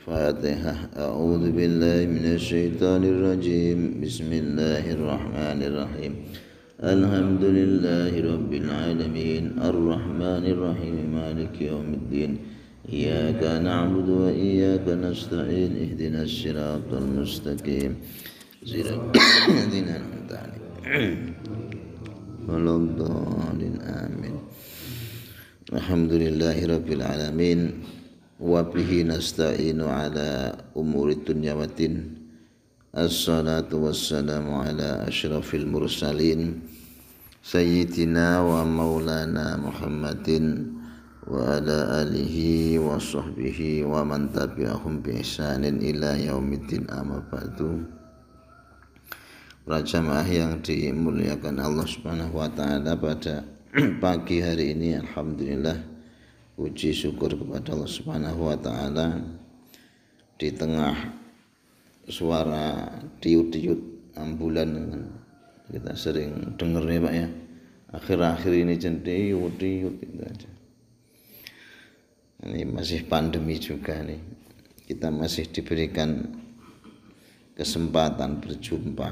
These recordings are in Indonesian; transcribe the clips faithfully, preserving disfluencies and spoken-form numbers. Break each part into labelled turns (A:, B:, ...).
A: Fatihah. A'udzu billahi minasyaitonir rajim. Bismillahirrahmanirrahim. Alhamdulillahi rabbil alamin. Arrahmanir rahim. Maliki yaumiddin. Iyyaka na'budu wa iyyaka nasta'in. Ihdinas siratal mustaqim. Siratal ladzina an'amta 'alaihim. Waladdallin. Amin. Alhamdulillahi rabbil alamin. Wa bihi nasta'inu ala umuri dunya waddin. Assalatu wassalamu ala asyrafil mursalin sayyidina wa maulana Muhammadin wa ala alihi wa sahbihi wa man tabi'ahum bi ihsanin ila yaumiddin, amma ba'du. Para jamaah yang dimuliakan Allah Subhanahu wa taala, pada pagi hari ini alhamdulillah puji syukur kepada Allah Subhanahu wa taala, di tengah suara tiut-tiut ambulan kita sering dengar ya Pak ya, akhir-akhir ini tiut-tiut gitu aja. Ini masih pandemi juga nih, kita masih diberikan kesempatan berjumpa.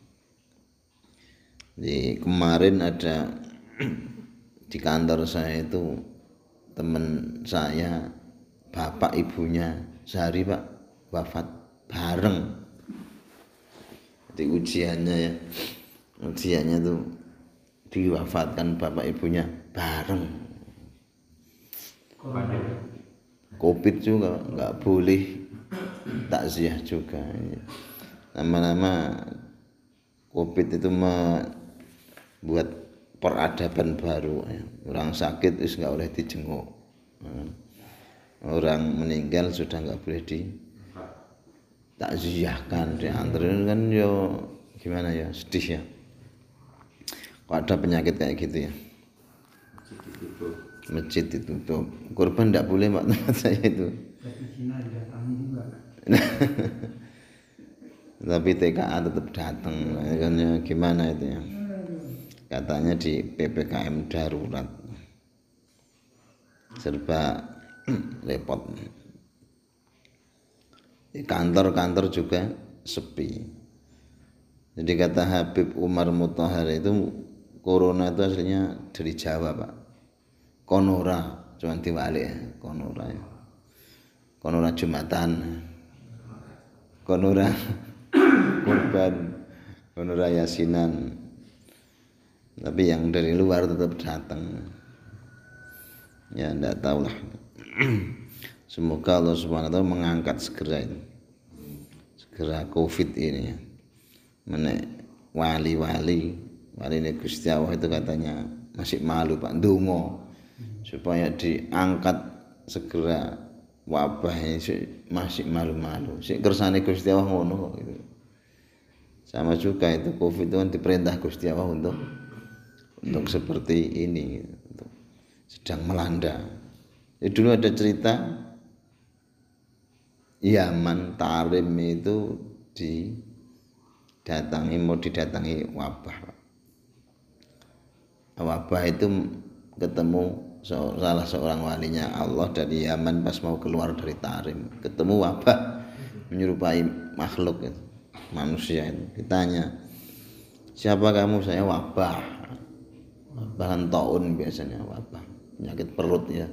A: Di kemarin ada di kantor saya itu teman saya, bapak ibunya sehari Pak wafat bareng. Jadi ujiannya ya, ujiannya tuh diwafatkan bapak ibunya bareng. Covid juga nggak boleh takziah juga. Lama-lama Covid itu membuat peradaban baru, orang sakit itu nggak boleh dijenguk, orang meninggal sudah nggak boleh di takziahkan, diantarin kan yo gimana ya, sedih ya. Kok ada penyakit kayak gitu ya, masjid ditutup, korban nggak boleh Pak, tempat saya itu. Tapi T K A tetap datang, kan gimana itu ya. Katanya di P P K M darurat, serba repot. Di kantor-kantor juga sepi. Jadi kata Habib Umar Mutahar itu, corona itu aslinya dari Jawa Pak. Konora, cuma diwali ya, konora ya. Konora Jumatan, konora kurban, konora yasinan. Tapi yang dari luar tetap datang. Ya enggak tahulah. Semoga Allah Subhanahu wa taala mengangkat segera ini. Segera Covid ini. Menek wali-wali, wali ini Gusti Allah itu katanya masih malu Pak, ndonga supaya diangkat segera wabah ini, masih malu-malu. Sik kersane Gusti Allah ngono gitu. Sama juga itu Covid itu kan diperintah Gusti Allah untuk untuk seperti ini, untuk sedang melanda. Ya, dulu ada cerita Yaman Tarim itu didatangi, mau didatangi wabah. Wabah itu ketemu salah seorang walinya Allah dari Yaman pas mau keluar dari Tarim, ketemu wabah menyerupai makhluk itu, manusia itu. Ditanya, siapa kamu? Saya wabah. Bahan taun biasanya wabah, penyakit perut ya.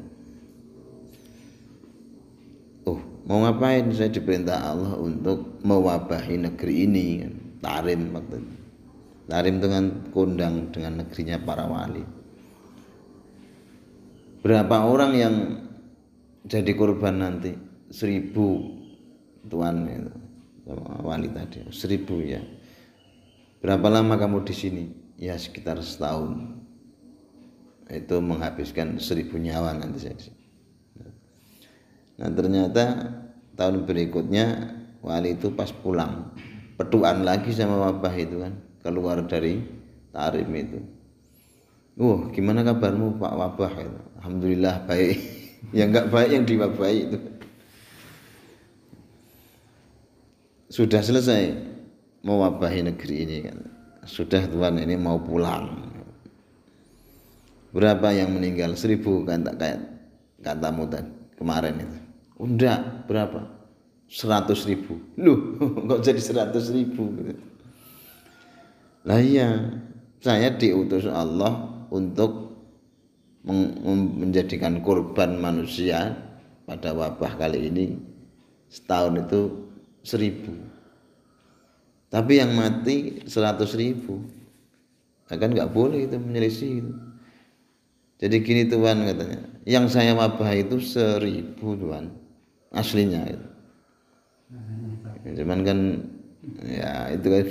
A: Oh, mau ngapain? Saya diperintah Allah untuk mewabahi negeri ini, Tarim waktu itu. Tarim dengan kondang dengan negerinya para wali. Berapa orang yang jadi korban nanti? Seribu tuan itu, wali tadi, seribu ya. Berapa lama kamu di sini? Ya sekitar setahun. Itu menghabiskan seribu nyawa nanti saya. Nah ternyata tahun berikutnya wali itu pas pulang petuan lagi sama wabah itu kan, keluar dari Tarim itu. Wah, gimana kabarmu Pak wabah? Alhamdulillah baik. Yang enggak baik yang diwabahi itu. Sudah selesai mewabahi negeri ini kan. Sudah Tuhan ini mau pulang. Berapa yang meninggal? Seribu kan, tak kayak katamu tadi kemarin itu. Udah berapa? seratus ribu. Loh, kok jadi seratus ribu? Lah iya, saya diutus Allah untuk menjadikan korban manusia pada wabah kali ini setahun itu seribu. Tapi yang mati seratus ribu. Akan nggak boleh itu menyelisih itu. Jadi gini Tuhan katanya, yang saya wabah itu seribu Tuhan, aslinya itu. Cuman kan ya itu kan.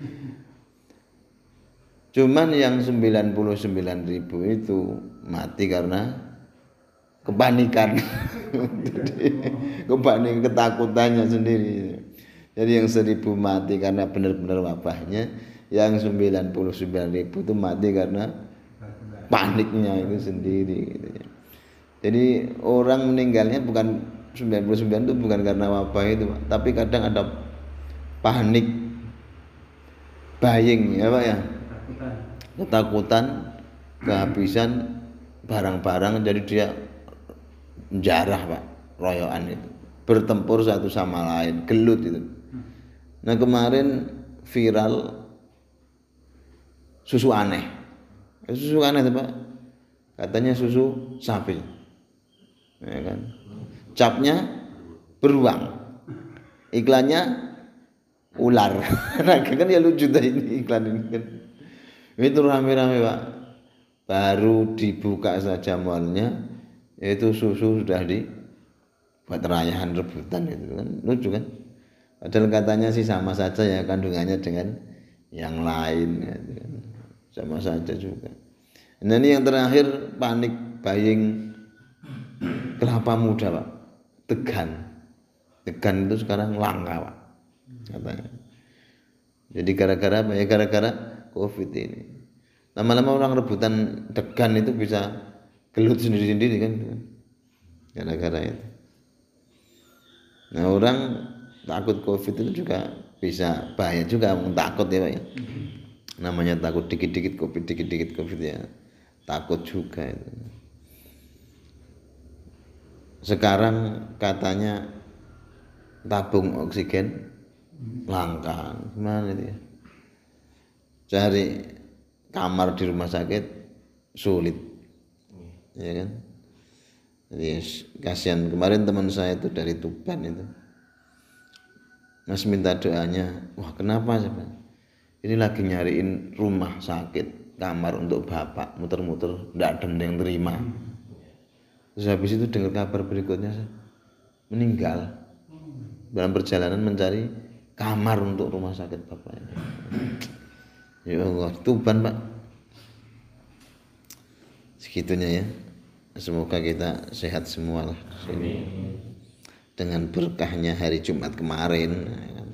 A: Cuman yang sembilan puluh sembilan ribu itu mati karena kepanikan. Jadi kepanikan, ketakutannya sendiri. Jadi yang seribu mati karena benar-benar wabahnya, yang sembilan puluh sembilan ribu itu mati karena paniknya itu sendiri. Jadi orang meninggalnya bukan sembilan puluh sembilan itu bukan karena wabah itu, tapi kadang ada panik, buying ya Pak ya, ketakutan, kehabisan barang-barang, jadi dia menjarah Pak, royoan itu, bertempur satu sama lain, gelut itu. Nah kemarin viral susu aneh, susu aneh itu Pak, katanya susu sapi, ya kan, capnya beruang, iklannya ular. Nah kan ya lucu tadi ini iklan ini kan. Itu rame-rame Pak, baru dibuka saja malnya itu susu sudah di buat rayahan rebutan itu kan, lucu kan. Padahal katanya sih sama saja ya kandungannya dengan yang lain ya, sama saja juga. Nah ini yang terakhir panik buying kelapa muda Pak, Tegan, Tegan itu sekarang langka Pak katanya. Jadi gara-gara apa ya, gara-gara COVID ini. Lama-lama orang rebutan Tegan itu bisa gelut sendiri-sendiri kan, gara-gara itu. Nah orang takut COVID itu juga bisa bahaya juga, takut ya Pak ya. Namanya takut dikit-dikit COVID, dikit-dikit COVID ya, takut juga itu. Sekarang katanya tabung oksigen langka, gimana itu ya? Cari kamar di rumah sakit sulit, ya kan? Jadi kasihan. Kemarin teman saya itu dari Tuban itu, Mas minta doanya, wah kenapa sih Pak? Ini lagi nyariin rumah sakit, kamar untuk bapak, muter-muter, tidak ada yang terima. Terus habis itu dengar kabar berikutnya meninggal dalam perjalanan mencari kamar untuk rumah sakit bapaknya. Ya Allah, Tuban Pak. Segitunya ya. Semoga kita sehat semua lah. Dengan berkahnya hari Jumat kemarin.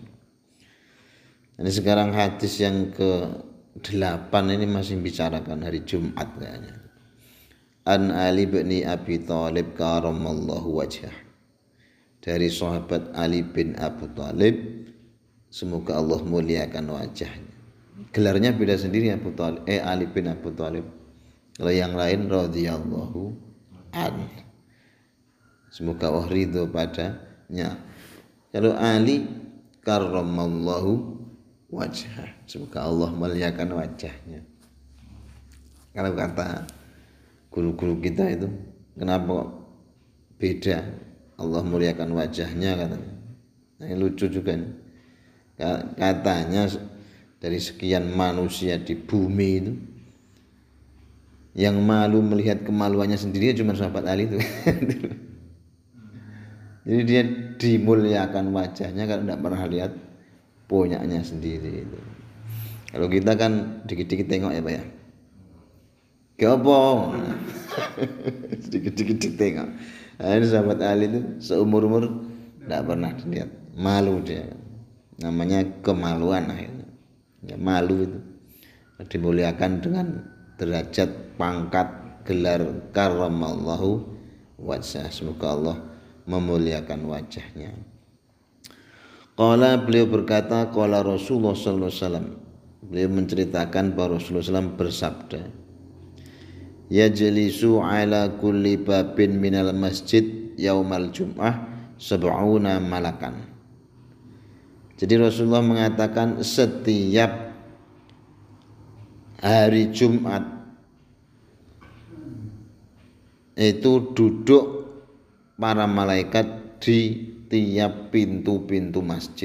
A: Ini sekarang hadis yang ke delapan ini masih bicarakan hari Jumat kayaknya. An Ali bin Abi Thalib karamallahu wajhah, dari sahabat Ali bin Abu Thalib, semoga Allah muliakan wajahnya. Gelarnya beda sendiri Abu Thalib, eh Ali bin Abu Thalib. Kalau yang lain radhiyallahu an, semoga Allah ridho padanya. Kalau Ali karamallahu wajhah, semoga Allah muliakan wajahnya. Kalau kata guru-guru kita itu, kenapa beda Allah muliakan wajahnya katanya. Nah, ini lucu juga nih. Katanya dari sekian manusia di bumi itu, yang malu melihat kemaluannya sendiri cuma sahabat Ali itu. Jadi dia dimuliakan wajahnya karena tidak pernah lihat punyanya sendiri itu. Kalau kita kan dikit-dikit tengok ya Pak ya, Gopo, sedikit-sedikit tengok. Nah, ini sahabat Ali itu seumur-umur tidak pernah dilihat, malu dia. Namanya kemaluan akhirnya. Ya, malu itu. Dimuliakan dengan derajat, pangkat, gelar karamallahu wajhah. Semoga Allah memuliakan wajahnya. Qala, beliau berkata, qala Rasulullah sallallahu alaihi wasallam. Beliau menceritakan bahwa Rasulullah sallallahu alaihi wasallam bersabda, yajlisu ala kulli babin minal masjid yaumal jum'ah sab'una malakan. Jadi Rasulullah mengatakan setiap hari Jumat itu duduk para malaikat di tiap pintu-pintu masjid.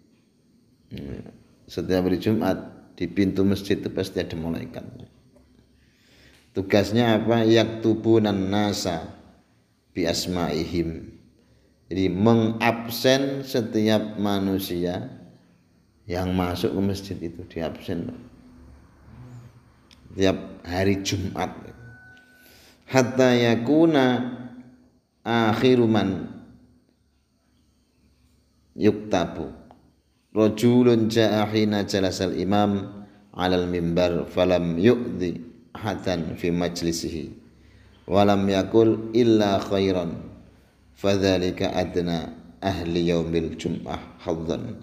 A: Setiap hari Jumat di pintu masjid itu pasti ada malaikat. Tugasnya apa? Yaktubunan nasa bi asma'ihim. Jadi mengabsen setiap manusia yang masuk ke masjid itu diabsen tiap hari Jumat. Hatta yakuna akhiru man yuktabu rajulun ja'a hina jalasal imam alal mimbar falam yu'dhi ahadan fi majlisihi walam yakul illa khairan fadzalika adna ahli yaumil jum'ah hadzan.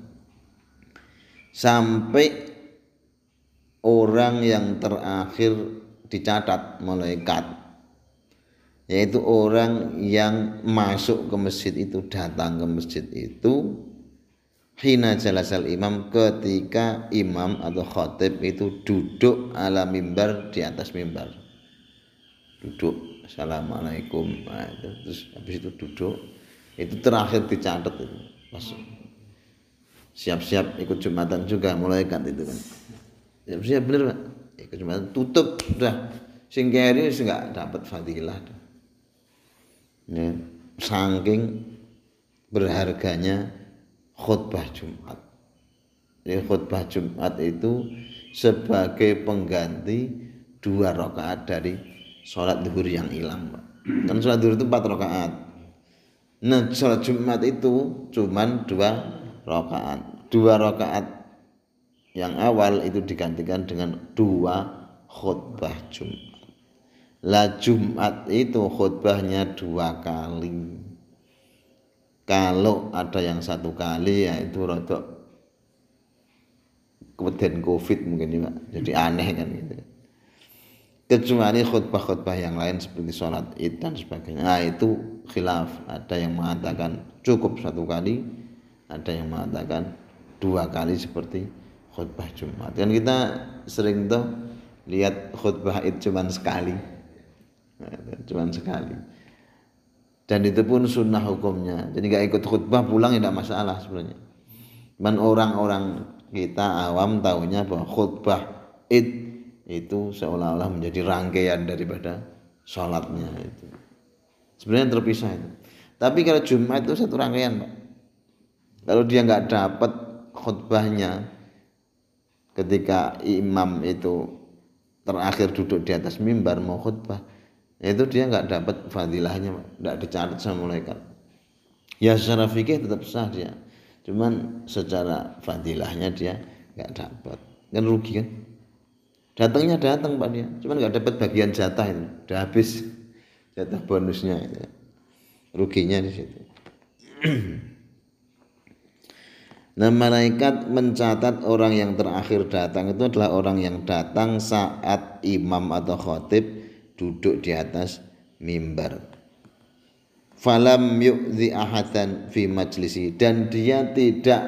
A: Sampai orang yang terakhir dicatat malaikat, yaitu orang yang masuk ke masjid itu, datang ke masjid itu hina jalasal imam, ketika imam atau khatib itu duduk ala mimbar, di atas mimbar duduk assalamualaikum, nah, itu. Terus habis itu duduk, itu terakhir dicatat itu pas siap-siap ikut Jumatan juga malaikat itu kan, siap-siap bener Pak, ikut Jumatan tutup udah, sing keri wis enggak dapat fadilah ya, saking berharganya khutbah Jumat. Jadi khutbah Jumat itu sebagai pengganti dua rakaat dari sholat zuhur yang hilang, Pak. Kan sholat zuhur itu empat rakaat. Nah, sholat Jumat itu cuman dua rakaat. Dua rakaat yang awal itu digantikan dengan dua khutbah Jumat. Lah Jumat itu khutbahnya dua kali. Kalau ada yang satu kali ya itu rodok kemudian Covid mungkin ya Pak. Jadi aneh kan gitu. Kecuali khutbah-khutbah yang lain seperti sholat id dan sebagainya, nah itu khilaf. Ada yang mengatakan cukup satu kali, ada yang mengatakan dua kali seperti khutbah Jumat. Kan kita sering tuh lihat khutbah id cuman sekali, cuman sekali, dan itu pun sunnah hukumnya. Jadi nggak ikut khutbah pulang ya tidak masalah sebenarnya. Cuman orang-orang kita awam tahunya bahwa khutbah id itu seolah-olah menjadi rangkaian daripada sholatnya itu. Sebenarnya terpisah itu. Tapi kalau Jumat itu satu rangkaian Pak. Kalau dia nggak dapat khutbahnya ketika imam itu terakhir duduk di atas mimbar mau khutbah, itu dia nggak dapat fadilahnya Pak. Nggak dicatat sama malaikat. Ya secara fikih tetap sah dia, cuman secara fadilahnya dia nggak dapat. Kan rugi kan? Datangnya datang Pak dia, cuman nggak dapat bagian jatah itu, udah habis jatah bonusnya itu. Ruginya di situ. Nah, malaikat mencatat orang yang terakhir datang itu adalah orang yang datang saat imam atau khatib duduk di atas mimbar. Falam yu'dhi ahadan fi majlisi, dan dia tidak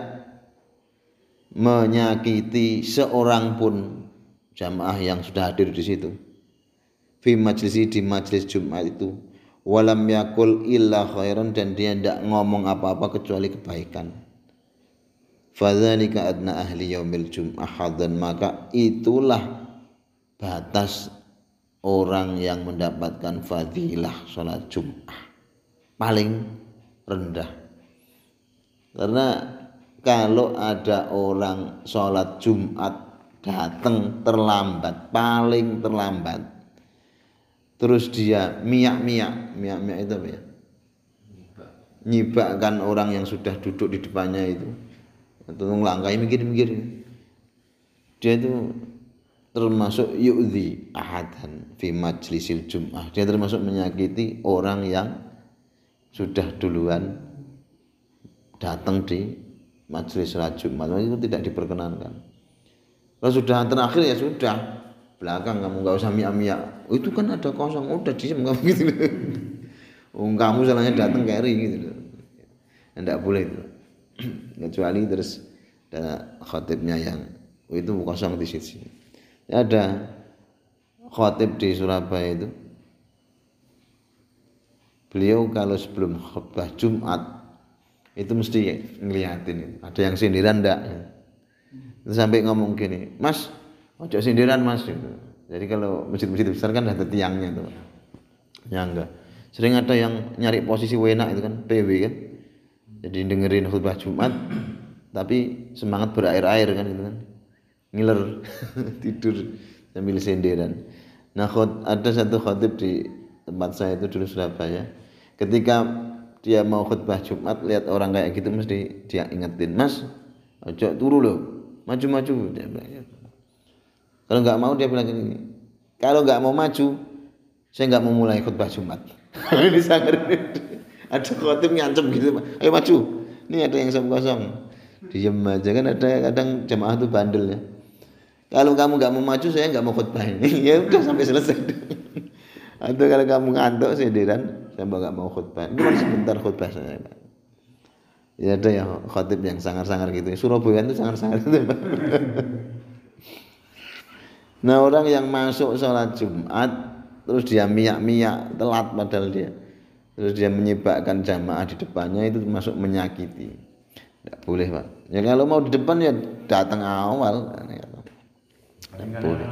A: menyakiti seorang pun jamaah yang sudah hadir di situ. Fi majlisi, di majlis Jumat itu. Walam yakul illa khairan, dan dia tidak ngomong apa-apa kecuali kebaikan. Fadzalika adna ahli yaumil jum'ah hadan, maka itulah batas orang yang mendapatkan fadilah sholat Jum'ah paling rendah. Karena kalau ada orang sholat Jumat datang terlambat, paling terlambat, terus dia miak-miak, miak-miak itu apa ya? Nyibakkan orang yang sudah duduk di depannya itu, atau ngelangkai mikir-mikir, dia itu termasuk yu'dhi ahadan fi majlisil jum'ah. Dia termasuk menyakiti orang yang sudah duluan datang di majelis salat Jumat, itu tidak diperkenankan. Kalau sudah terakhir ya sudah, belakang kamu nggak usah miak-miak. Oh, itu kan ada kosong, udah diem kamu gitu. Oh, kamu salahnya datang keri gitu. Tidak boleh itu. Kecuali terus karena khotibnya yang itu kosong di sisi. Ada khotib di Surabaya itu, beliau kalau sebelum khutbah Jumat itu mesti ngeliatin, ada yang sindiran enggak, terus sampai ngomong gini, Mas, ojo sindiran Mas. Jadi kalau masjid-masjid besar kan ada tiangnya tuh, ya enggak. Sering ada yang nyari posisi enak itu kan, P W kan, jadi dengerin khutbah Jumat tapi semangat berair-air kan itu kan, ngiler tidur sambil sindiran. Nah, ada satu khotib di tempat saya itu dulu Surabaya, ketika dia mau khutbah Jumat lihat orang kayak gitu mesti dia ingetin, Mas, ojo turu loh, maju-maju, dia bilang gitu. Kalau nggak mau dia bilang gini, kalau nggak mau maju saya nggak mau mulai khutbah Jumat. Ini sangar, ada khotib ngancem gitu, ayo maju, ini ada yang kosong, diem aja kan. Ada kadang jamaah tuh bandel ya, kalau kamu nggak mau maju saya nggak mau khutbah ini. Ya udah sampai selesai. Atau kalau kamu ngantuk sindiran, saya nggak mau khutbah, cuma sebentar khutbah saya. Ya ada yang khotib yang sangar-sangar gitu. Surabaya itu sangar-sangar gitu. Nah, orang yang masuk sholat Jumat terus dia miyak-miyak telat padahal dia, terus dia menyibakkan jamaah di depannya, itu masuk menyakiti. Tidak boleh Pak. Ya kalau mau di depan ya datang awal. Tidak boleh.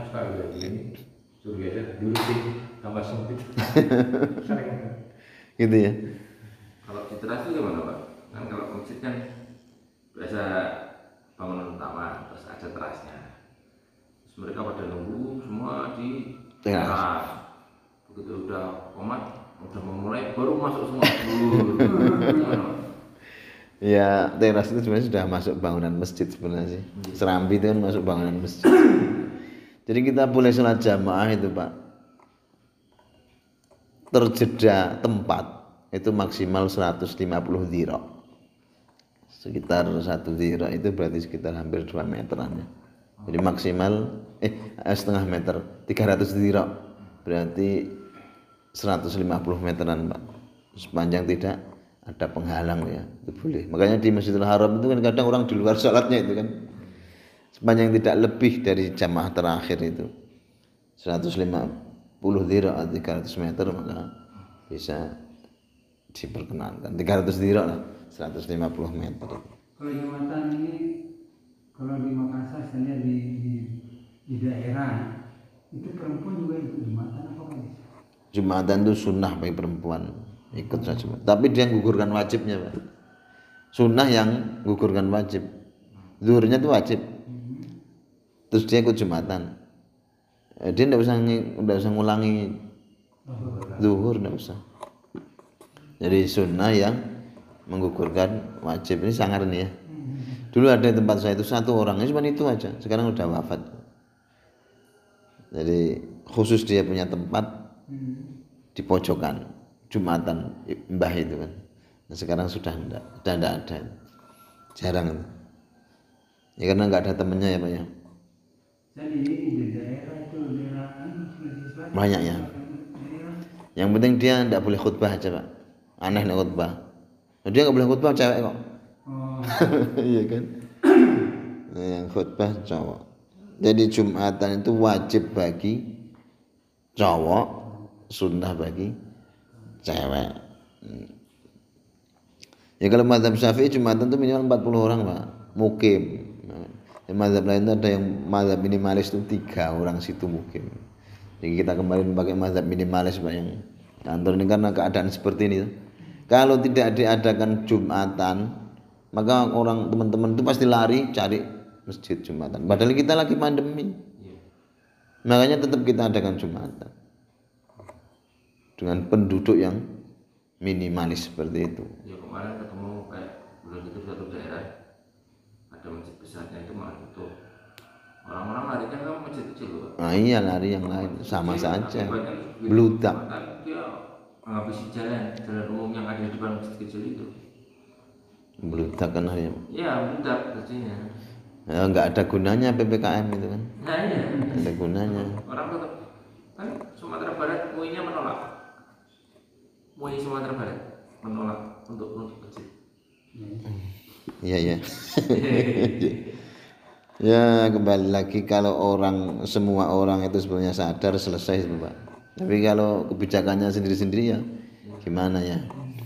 A: Gitu ya.
B: Kalau di teras itu gimana Pak? Kan kalau masjid kan biasa bangunan utama terus ada terasnya. Terus mereka pada nunggu semua di teras. Begitu udah komat, udah memulai baru masuk semua.
A: Ya teras itu sebenarnya sudah masuk bangunan masjid sebenarnya sih. Serambi itu kan masuk bangunan masjid. Jadi kita boleh sholat jamaah itu Pak, terjeda tempat itu maksimal seratus lima puluh dhira. Sekitar satu dhira itu berarti sekitar hampir dua meteran ya. Jadi maksimal eh setengah meter, tiga ratus dhira berarti seratus lima puluh meteran Pak. Sepanjang tidak ada penghalang ya, itu boleh. Makanya di Masjidil Haram itu kan kadang orang di luar sholatnya itu kan, sepanjang tidak lebih dari jamaah terakhir itu seratus lima puluh dhira atau tiga ratus meter maka bisa diperkenankan. Tiga ratus dhira lah, seratus lima puluh meter.
C: Kalau Jumatan ini, kalau di Makassar misalnya di, di, di daerah itu perempuan juga ikut Jumatan apa kan?
A: Jumatan itu sunnah bagi perempuan ikut saja, tapi dia gugurkan wajibnya Pak. Sunnah yang gugurkan wajib, zuhurnya itu wajib, terus dia ikut Jumatan. Dia tidak usah tidak usah ngulangi zuhur, tidak usah. Jadi sunnah yang menggugurkan wajib ini sangar nih ya. Dulu ada di tempat saya itu satu orang, cuma itu aja. Sekarang udah wafat. Jadi khusus dia punya tempat di pojokan Jumatan mbah itu kan. Nah, sekarang sudah enggak, sudah enggak ada, jarang. Ya karena enggak ada temennya ya Pak ya.
C: Jadi di daerah itu daerah
A: Banyak ya. Yang penting dia enggak boleh khutbah aja Pak. Aneh nih khutbah. Dia enggak boleh khutbah cewek kok. Oh. Iya kan. Nah, yang khutbah cowok. Jadi Jumatan itu wajib bagi cowok, sunnah bagi cewek. Ya kalau mazhab Syafi'i Jumatan itu minimal empat puluh orang Pak, mukim. Ya, mazhab lain itu ada yang mazhab minimalis itu tiga orang situ mukim. Jadi kita kembali pakai mazhab minimalis Pak yang kantor ini karena keadaan seperti ini. Kalau tidak diadakan Jumatan, maka orang teman-teman itu pasti lari cari masjid Jumatan. Padahal kita lagi pandemi. Makanya tetap kita adakan Jumatan dengan penduduk yang minimalis seperti itu.
B: Ya kemarin ketemu kayak bulan itu satu daerah ada masjid besarnya itu malah tutup. Orang-orang lari kan ke masjid kecil loh.
A: Nah iya lari yang lain sama saja. Beludak.
B: Dia menghabisi jalan jalan umum yang ada di depan masjid kecil itu.
A: Beludak kan ya.
B: Iya beludak artinya.
A: Ya, enggak ada gunanya P P K M itu kan.
B: Nah iya.
A: Enggak ada gunanya.
B: Orang tetap kan Sumatera Barat M U I-nya menolak. M U I Sumatera Barat menolak untuk untuk masjid.
A: Iya iya. Ya kembali lagi kalau orang semua orang itu sebenarnya sadar selesai itu Pak. Tapi kalau kebijakannya sendiri-sendiri ya gimana ya?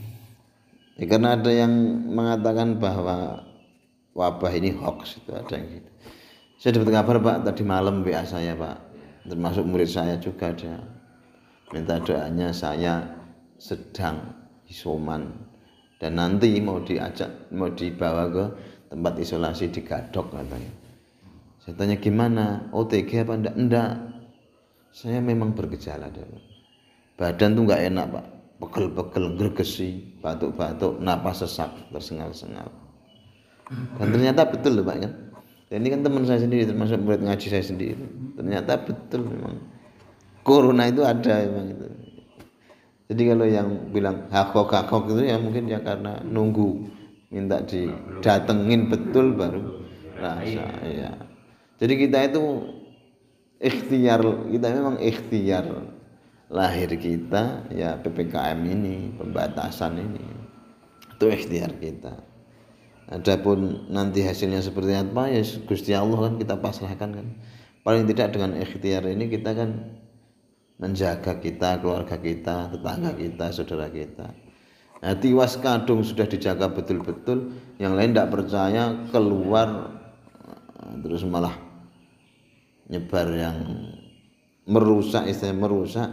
A: Ya karena ada yang mengatakan bahwa wabah ini hoax itu ada yang gitu. Saya dapat kabar Pak tadi malam W A saya Pak, termasuk murid saya juga ada minta doanya saya sedang isoman dan nanti mau diajak mau dibawa ke tempat isolasi di Gadok katanya. Saya tanya gimana, O T G apa enggak? Enggak, saya memang bergejala deh. Badan tuh nggak enak Pak, pegel-pegel, gergesi, batuk-batuk, napas sesak, tersengal-sengal. Dan ternyata betul loh Pak kan. Dan ini kan teman saya sendiri, termasuk murid ngaji saya sendiri. Ternyata betul memang corona itu ada memang itu. Jadi kalau yang bilang hakok-hakok itu ya mungkin ya karena nunggu minta didatengin betul baru rasa ya. Jadi kita itu ikhtiar, kita memang ikhtiar lahir kita ya P P K M ini, pembatasan ini. Itu ikhtiar kita. Adapun nanti hasilnya seperti apa ya Gusti Allah kan kita pasrahkan kan. Paling tidak dengan ikhtiar ini kita kan menjaga kita, keluarga kita, tetangga kita, saudara kita. Nah, tiwas kadung sudah dijaga betul-betul, yang lain tidak percaya keluar terus malah nyebar yang merusak, istilahnya merusak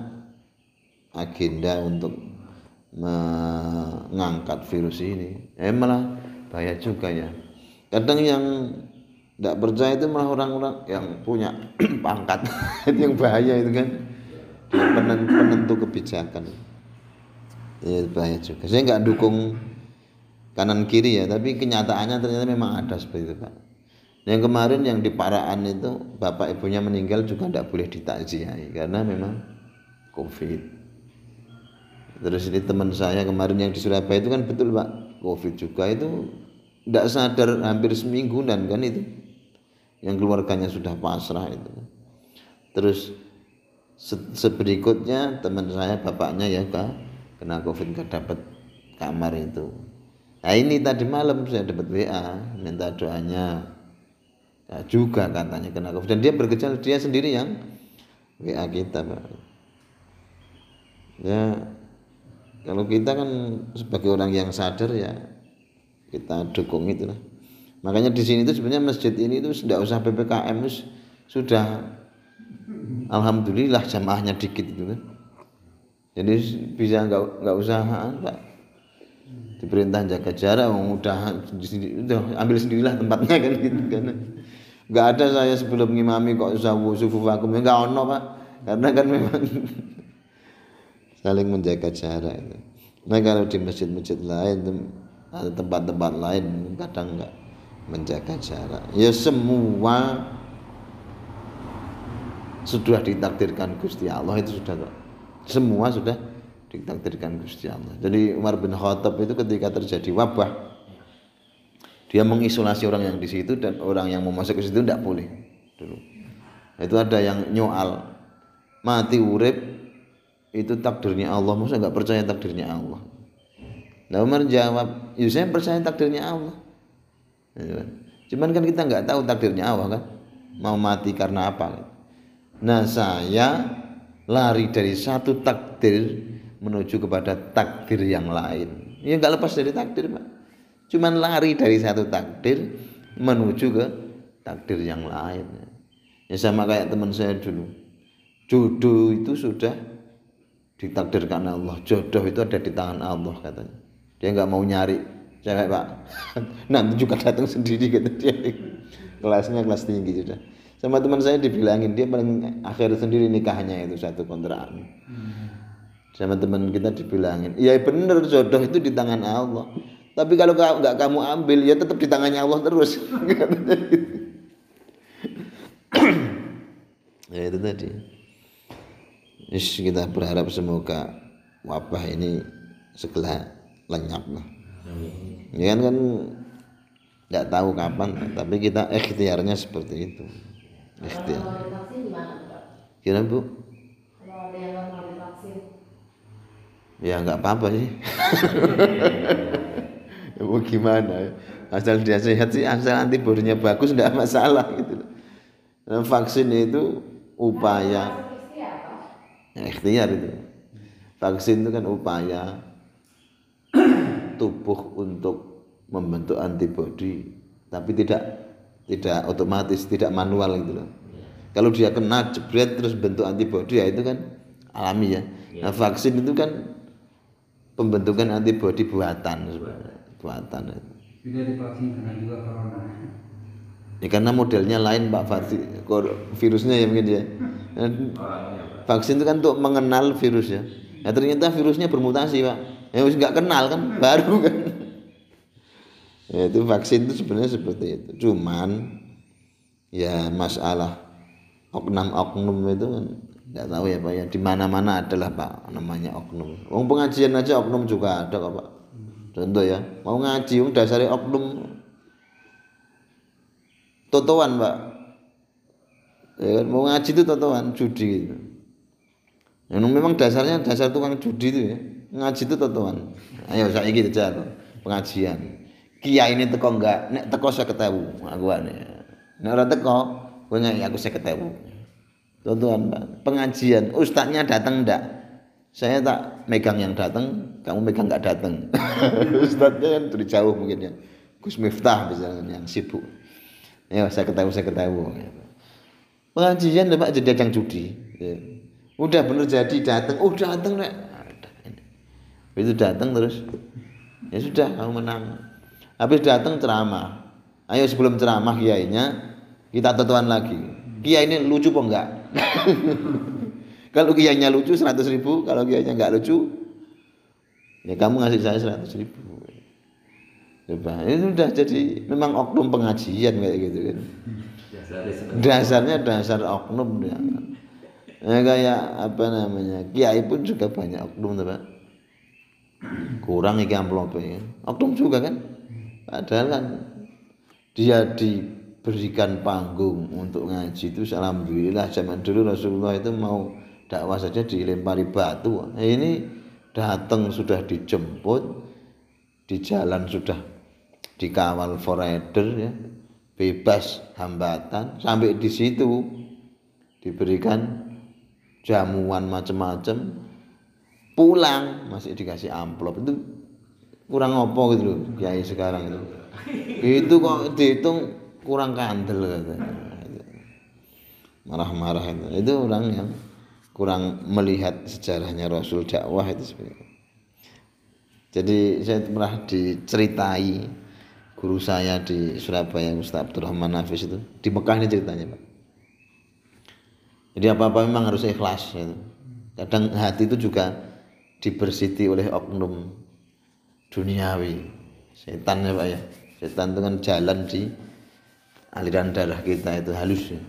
A: agenda untuk mengangkat virus ini. Eh malah bahaya juga ya. Kadang yang tidak percaya itu malah orang-orang yang punya pangkat itu yang bahaya itu kan, penentu kebijakan. Ya bahaya juga. Saya nggak dukung kanan kiri ya, tapi kenyataannya ternyata memang ada seperti itu Pak. Yang kemarin yang di Paraan itu bapak ibunya meninggal juga tidak boleh ditakziahi karena memang COVID. Terus ini teman saya kemarin yang di Surabaya itu kan betul Pak, COVID juga itu tidak sadar hampir seminggu dan kan itu yang keluarganya sudah pasrah itu. Terus seberikutnya teman saya bapaknya ya Kak kena COVID nggak dapat kamar itu. Nah ini tadi malam saya dapat W A minta doanya. Ya, juga katanya kena COVID dan dia bergejala, dia sendiri yang W A kita Pak. Ya kalau kita kan sebagai orang yang sadar ya kita dukung itulah. Makanya di sini itu sebenarnya masjid ini itu tidak usah P P K M, sudah alhamdulillah jamaahnya dikit itu kan. Jadi bisa nggak nggak usah Pak. Diperintah jaga jarak, udah di sini udah ambil sendirilah tempatnya kan gitu kan. Nggak ada saya sebelum ngimami kok sawu sufu vakum ya nggak ono Pak, karena kan memang saling menjaga jarak itu. Nah kalau di masjid-masjid lain atau tempat-tempat lain kadang nggak menjaga jarak. Ya semua sudah ditakdirkan Gusti Allah itu sudah semua sudah ditakdirkan Gusti Allah. Jadi Umar bin Khattab itu ketika terjadi wabah dia mengisolasi orang yang di situ dan orang yang mau masuk ke situ tidak boleh dulu. Itu ada yang nyoal mati urip itu takdirnya Allah, masa nggak percaya takdirnya Allah? Nah Umar jawab, ya saya percaya takdirnya Allah. Cuman kan kita nggak tahu takdirnya Allah kan, mau mati karena apa? Nah saya lari dari satu takdir menuju kepada takdir yang lain. Ya nggak lepas dari takdir Pak. Cuman lari dari satu takdir menuju ke takdir yang lain. Ya sama kayak teman saya dulu. Jodoh itu sudah ditakdirkan Allah. Jodoh itu ada di tangan Allah katanya. Dia nggak mau nyari cewek Pak. Nanti juga datang sendiri kata dia. Kelasnya kelas tinggi sudah. Sama teman saya dibilangin dia paling akhir sendiri nikahnya itu satu kontrakan. Sama teman kita dibilangin, ya benar jodoh itu di tangan Allah. Tapi kalau nggak kamu ambil ya tetap di tangannya Allah terus. Ya itu tadi. Yes, kita berharap semoga wabah ini segera lenyap lah. Ya kan kan nggak tahu kapan, tapi kita ikhtiarnya seperti itu. Ikhtiar. Kira Bu? Ya nggak apa-apa sih. gimana? Asal dia sehat sih, asal antibodinya bagus enggak masalah gitu. Nah, vaksin itu upaya ya, ikhtiar itu. Vaksin itu kan upaya tubuh untuk membentuk antibodi, tapi tidak tidak otomatis, tidak manual gitu loh. Kalau dia kena jebret terus bentuk antibodi ya itu kan alami ya. Nah, vaksin itu kan pembentukan antibodi buatan sebenarnya, buatan itu.
C: Sudah divaksin kena juga corona.
A: Ya karena modelnya lain Pak, vaksin virusnya ya mungkin ya. Nah, vaksin itu kan untuk mengenal virus ya. Nah, ternyata virusnya bermutasi Pak. Ya wis nggak kenal kan, baru kan. Ya itu vaksin itu sebenarnya seperti itu. Cuman ya masalah oknum-oknum itu kan nggak tahu ya Pak ya. Di mana-mana adalah Pak namanya oknum. Wong pengajian aja oknum juga ada kok Pak. Contoh ya, mau ngaji wong dasare oknum totoan Pak. Ya kan, mau ngaji itu totoan judi gitu. Yang memang dasarnya dasar tukang judi itu ya. Ngaji itu totoan. Ayo saiki aja loh, pengajian. Kiai ini teko enggak? Nek teko seket ewu aku ane. Nek ora teko, kowe ngeki aku seket ewu. Totoan Pak. Pengajian, ustadznya datang enggak? Saya tak megang yang datang, kamu megang enggak datang. Ustadznya kan dari jauh mungkin ya. Gus Miftah misalnya yang sibuk. Ya saya ketahui saya ketahui. Pengajian Pak jadi ajang judi. Ya. Udah bener jadi datang, oh datang nek. Itu datang terus. Ya sudah kamu menang. Habis datang ceramah. Ayo sebelum ceramah kiainya kita totoan lagi. Kiai ini lucu apa enggak? Kalau kiainya lucu seratus ribu, kalau kiainya enggak lucu, ya kamu ngasih saya seratus ribu. Coba, ini sudah jadi memang oknum pengajian kayak gitu kan. Dasarnya dasar oknum ya. Ya kayak apa namanya? Kiai pun juga banyak oknum tuh Pak. Kurang iki amplope ya. Oknum juga kan. Padahal kan dia diberikan panggung untuk ngaji itu alhamdulillah. Zaman dulu Rasulullah itu mau dakwah saja dilempari batu. Nah, ini datang sudah dijemput, di jalan sudah dikawal foreder ya, bebas hambatan, sampai di situ diberikan jamuan macam-macam, pulang masih dikasih amplop. Itu kurang opo gitu loh kiai sekarang itu. Itu kok dihitung kurang kandel katanya. Marah-marah itu. Itu orang yang kurang melihat sejarahnya Rasul dakwah itu sebenarnya. Jadi saya pernah diceritai guru saya di Surabaya Ustaz Abdurrahman Nafis itu di Mekah ini ceritanya Pak. Jadi apa-apa memang harus ikhlas gitu. Kadang hati itu juga dibersiti oleh oknum duniawi, setan ya Pak ya. Setan itu kan jalan di aliran darah kita itu halus ya.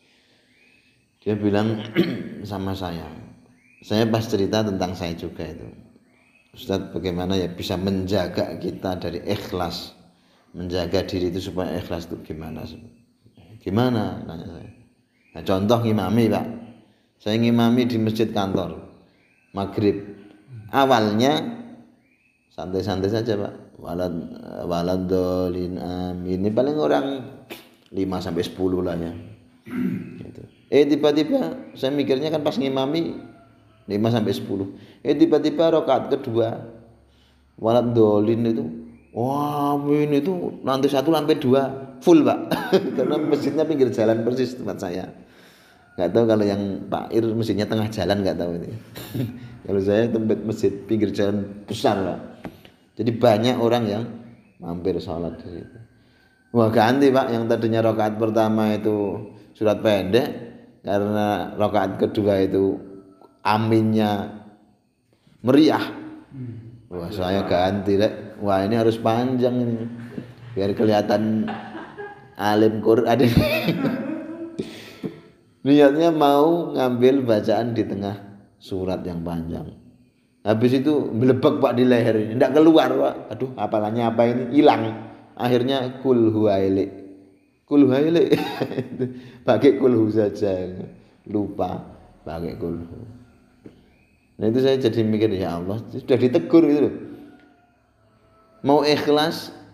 A: Dia bilang sama saya, saya pas cerita tentang saya juga itu, Ustadz bagaimana ya bisa menjaga kita dari ikhlas, menjaga diri itu supaya ikhlas itu gimana? Gimana? Nanya saya. Nah, contoh ngimami Pak, saya ngimami di masjid kantor, maghrib, awalnya santai-santai saja Pak, walad waladolin amin, ini paling orang lima sampai sepuluh lah ya. Gitu. Eh tiba-tiba saya mikirnya kan pas ngimami lima sampai sepuluh. Eh tiba-tiba rakaat kedua walad dolin itu wah ini itu lantai satu lantai dua full Pak. Karena masjidnya pinggir jalan persis tempat saya. Enggak tahu kalau yang Pak Ir masjidnya tengah jalan enggak tahu ini. Kalau saya tempat masjid pinggir jalan besar Pak. Jadi banyak orang yang mampir sholat di situ. Wah ganti Pak, yang tadinya rakaat pertama itu surat pendek, karena rakaat kedua itu aminnya meriah. Wah saya ganti deh. Wah ini harus panjang ini biar kelihatan alim Quran. Niatnya mau ngambil bacaan di tengah surat yang panjang. Habis itu melebek Pak di leher ini, tidak keluar Pak. Aduh hafalannya apa ini, hilang. Akhirnya kul huwaili, kul huwaili, pakai kulhu saja, lupa pakai kulhu. Nah itu saya jadi mikir ya Allah, sudah ditegur gitu loh. Mau ikhlas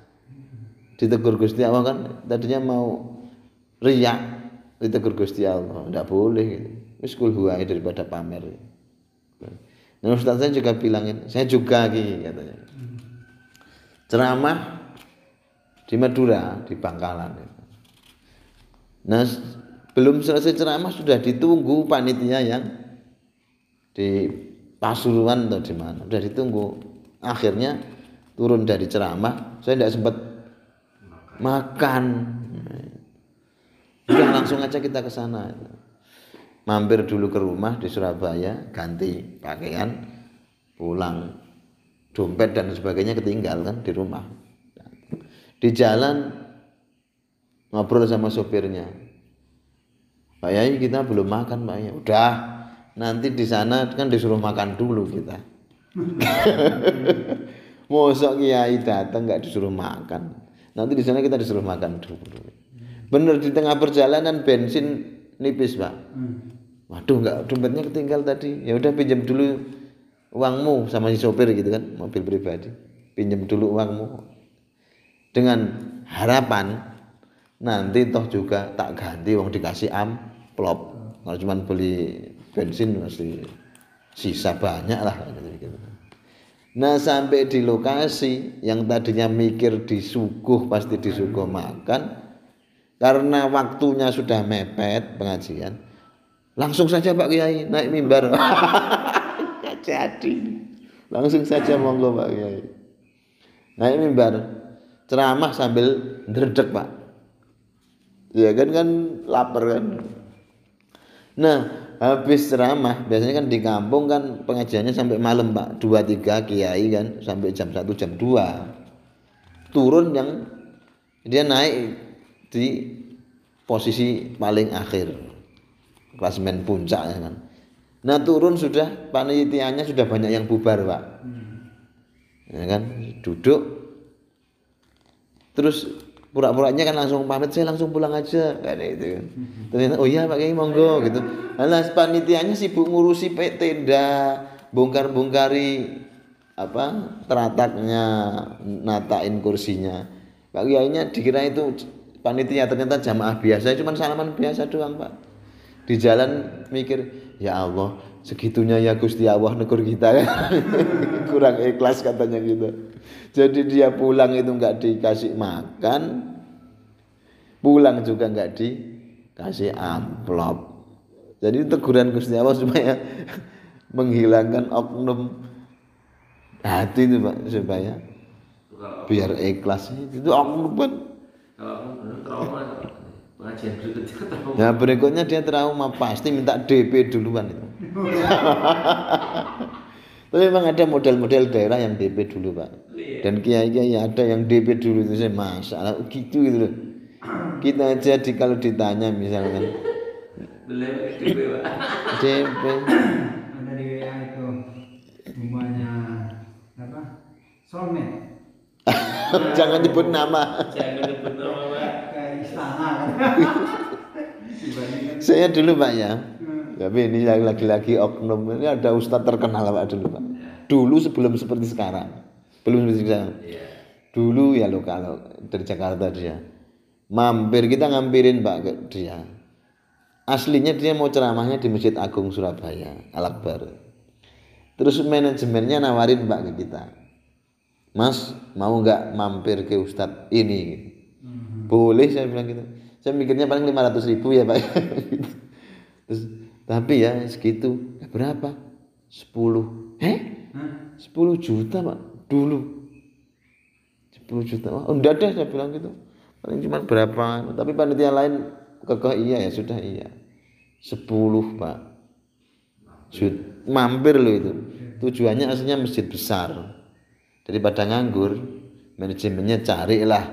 A: ditegur Gusti Allah kan tadinya mau riak, ditegur Gusti Allah, enggak boleh gitu. Wis kul huwa daripada pamer. Nah, Ustaz saya juga bilangin, saya juga gitu katanya. Ceramah di Madura, di Bangkalan. Nah, belum selesai ceramah sudah ditunggu panitia yang di Pasuruan atau di mana. Sudah ditunggu. Akhirnya turun dari ceramah, saya tidak sempat makan. Udah langsung aja kita ke sana. Mampir dulu ke rumah di Surabaya, ganti pakaian, pulang. Dompet dan sebagainya ketinggal kan di rumah. Di jalan ngobrol sama sopirnya. Pak Yai kita belum makan Pak Yai. Udah, nanti di sana kan disuruh makan dulu kita. Mosok Kiai datang nggak disuruh makan. Nanti di sana kita disuruh makan dulu. Bener di tengah perjalanan bensin nipis Pak. Waduh nggak dompetnya ketinggal tadi. Ya udah pinjam dulu uangmu sama si sopir gitu kan, mobil pribadi. Pinjam dulu uangmu. Dengan harapan nanti toh juga tak ganti uang dikasih amplop. Kalau cuma beli bensin masih sisa banyak lah gitu. Nah sampai di lokasi yang tadinya mikir disuguh pasti disuguh makan, karena waktunya sudah mepet pengajian, langsung saja Pak Kiai naik mimbar. Jadi langsung saja monggo Pak Kiai naik mimbar ceramah sambil ndredeg Pak. Ya kan kan lapar kan. Nah habis ceramah biasanya kan di kampung kan pengajiannya sampai malam Pak, dua tiga kiai kan sampai jam satu jam dua. Turun yang dia naik di posisi paling akhir, klasemen puncak ya kan. Nah turun sudah panitianya sudah banyak yang bubar Pak. Ya kan duduk terus pura-puranya kan langsung pamit, saya langsung pulang aja kan itu. Ternyata oh iya Pak Kiai monggo gitu. Lah panitianya sibuk ngurusi tenda, bongkar-bongkari apa terataknya, natain kursinya. Pak Kiainya dikira itu panitia, ternyata jamaah biasa, cuma salaman biasa doang Pak. Di jalan mikir, ya Allah segitunya ya Gusti Allah negur kita kan. Kurang ikhlas katanya gitu. Jadi dia pulang itu enggak dikasih makan, pulang juga enggak dikasih amplop. Jadi teguran Gusti Allah supaya menghilangkan oknum hati itu Pak, supaya biar ikhlas. Itu oknum kan.
B: Kalau oknum trauma pengajian berikutnya trauma.
A: Ya berikutnya dia trauma pasti minta D P duluan itu. Tapi memang ada model-model daerah yang D P dulu Pak. Dan kiai-kiai ada yang D P dulu itu saya masalah gitu gitu loh. Kita aja di, kalau ditanya misalkan
B: D P Pak.
A: D P
C: Ada di W A itu rumahnya apa? Soulmate.
A: Jangan nyebut nama.
B: Jangan nyebut nama Pak.
C: Kayak istana kan.
A: Saya dulu Pak ya. Tapi ini lagi-lagi oknum, ini ada ustadz terkenal Pak dulu Pak. Dulu sebelum seperti sekarang, belum seperti sekarang. Dulu ya lo kalau dari Jakarta dia, mampir kita ngampirin Pak ke dia. Aslinya dia mau ceramahnya di Masjid Agung Surabaya, Al-Akbar. Terus manajemennya nawarin Pak ke kita, Mas mau nggak mampir ke ustadz ini? Boleh saya bilang gitu. Saya mikirnya paling lima ratus ribu ya Pak. Terus tapi ya segitu. Berapa? sepuluh. Eh? sepuluh juta Pak dulu. sepuluh juta. Oh, enggak deh saya bilang gitu. Paling cuma berapa? Tapi panitia lain kekeh iya ya sudah iya. sepuluh Pak. Sud, mampir loh itu. Tujuannya aslinya masjid besar. Daripada nganggur, manajemennya carilah.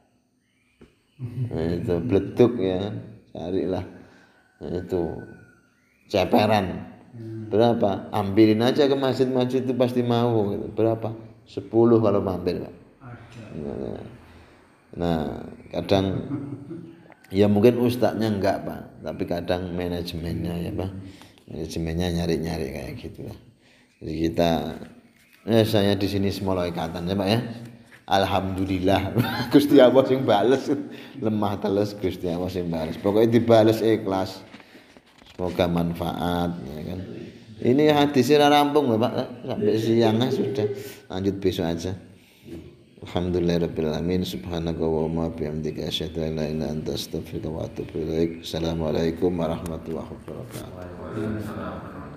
A: Nah, itu bleduk ya, carilah. Nah, itu ceperan. Berapa? Ambilin aja ke masjid-masjid itu pasti mau gitu. Berapa? sepuluh kalau mampir Pak. Nah, nah kadang ya mungkin ustadznya enggak Pak, tapi kadang manajemennya ya Pak, manajemennya nyari-nyari kayak gitu lah. Jadi kita, eh saya di sini Semolo Ikatan ya Pak ya. alhamdulillah. Gusti Allah sing bales. Lemah teles Gusti Allah sing bales. Pokoknya dibales ikhlas. Semoga manfaat ya kan. Ini hadisnya rampung Pak, sampai siang sudah. Lanjut besok aja. Alhamdulillahirabbil alamin. Subhanaka wa bihamdika asyhadu an la ilaha illa anta astaghfiruka wa atubu ilaik. Assalamualaikum warahmatullahi wabarakatuh.